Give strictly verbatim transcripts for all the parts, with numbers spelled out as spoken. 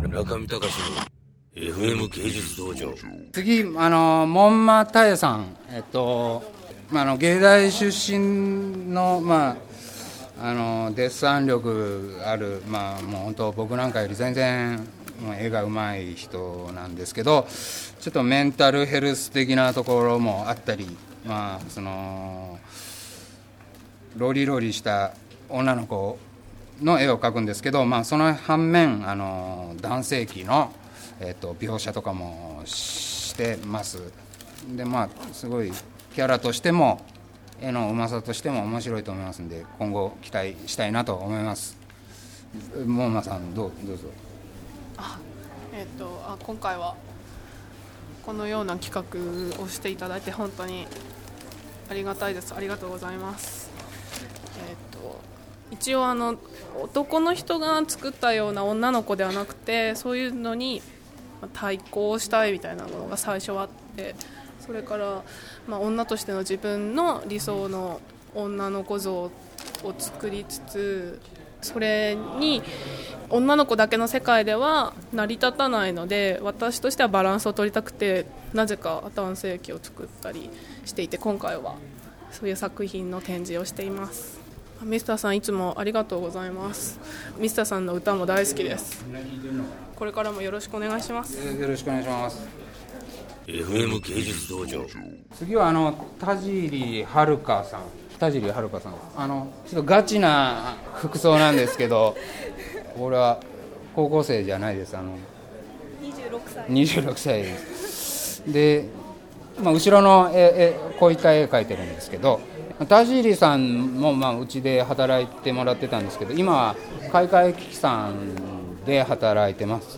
中見隆の エフエム 芸術道場。 次、あの門馬多江さん、えっと、まあ、あの芸大出身の、まあ、あのデッサン力ある、まあ、もう本当僕なんかより全然もう絵が上手い人なんですけど、ちょっとメンタルヘルス的なところもあったり、まあ、そのロリロリした女の子の絵を描くんですけど、まあ、その反面あの男性器の、えっと、描写とかもしてます。で、まあ、すごいキャラとしても絵のうまさとしても面白いと思いますので、今後期待したいなと思います。門馬さん、どう、どうぞ。 あ、えー、とあ今回はこのような企画をしていただいて本当にありがたいです。ありがとうございます。えー、と一応あの男の人が作ったような女の子ではなくて、そういうのに対抗したいみたいなものが最初はあって、それから、まあ、女としての自分の理想の女の子像を作りつつ、それに女の子だけの世界では成り立たないので、私としてはバランスを取りたくて、なぜか男性器を作ったりしていて、今回はそういう作品の展示をしています。ミスターさん、いつもありがとうございます。ミスターさんの歌も大好きです。これからもよろしくお願いします。 よろしくお願いします。 エフエム 芸術道場。 次はあの田尻遥さん田尻遥さん、あのちょっとガチな服装なんですけど、俺は高校生じゃないです。あのにじゅうろくさいにじゅうろくさいですで、まあ、後ろの絵、絵こういった絵描いてるんですけど、田尻さんもまあうちで働いてもらってたんですけど、今は開会機器さんで働いてます。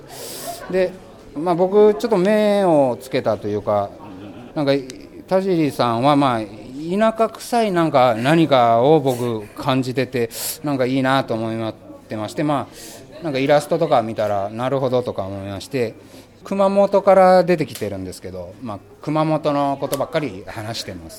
で、まあ、僕ちょっと目をつけたというか、なんか田尻さんはまあ田舎臭いなんか何かを僕感じてて、なんかいいなと思ってまして、まあなんかイラストとか見たらなるほどとか思いまして、熊本から出てきてるんですけど、まあ、熊本のことばっかり話してます。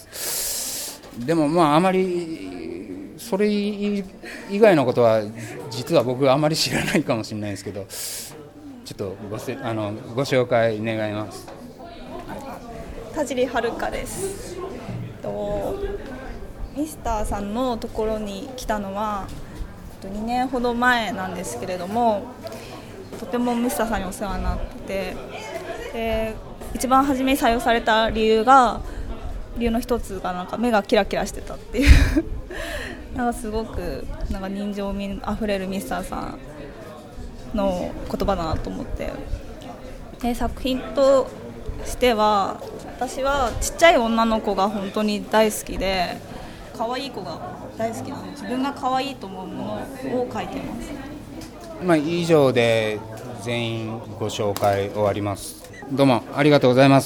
でもまああまりそれ以外のことは実は僕あまり知らないかもしれないですけど、ちょっと ご, せあのご紹介願います。 田尻遥です。とミスターさんのところに来たのはにねんほど前なんですけれども、とてもミスターさんにお世話になってて、で一番初めに採用された理由が理由の一つがなんか目がキラキラしてたっていうなんかすごくなんか人情味あふれるミスターさんの言葉だなと思って、で作品としては私はちっちゃい女の子が本当に大好きで、可愛い子が大好きなので、自分が可愛いと思うものを描いてます。 まあ、以上で全員ご紹介終わります。どうもありがとうございます。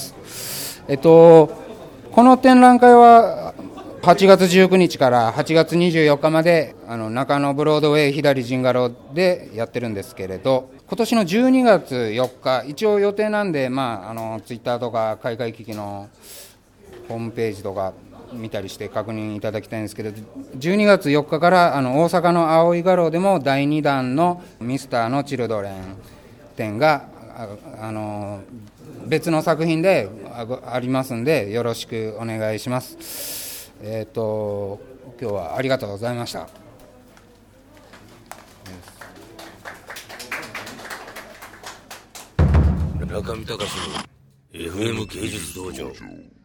えっとこの展覧会ははちがつじゅうくにちからはちがつにじゅうよっかまであの中野ブロードウェイ左陣ガロでやってるんですけれど、今年のじゅうにがつよっか一応予定なんで、まあ、あのツイッターとか開会機器のホームページとか見たりして確認いただきたいんですけど、じゅうにがつよっかからあの大阪の葵画廊でもだいにだんのミスターのチルドレン展が あ, あの別の作品で あ, ありますんで、よろしくお願いします。えーと今日はありがとうございました。 中見隆の エフエム 芸術道場。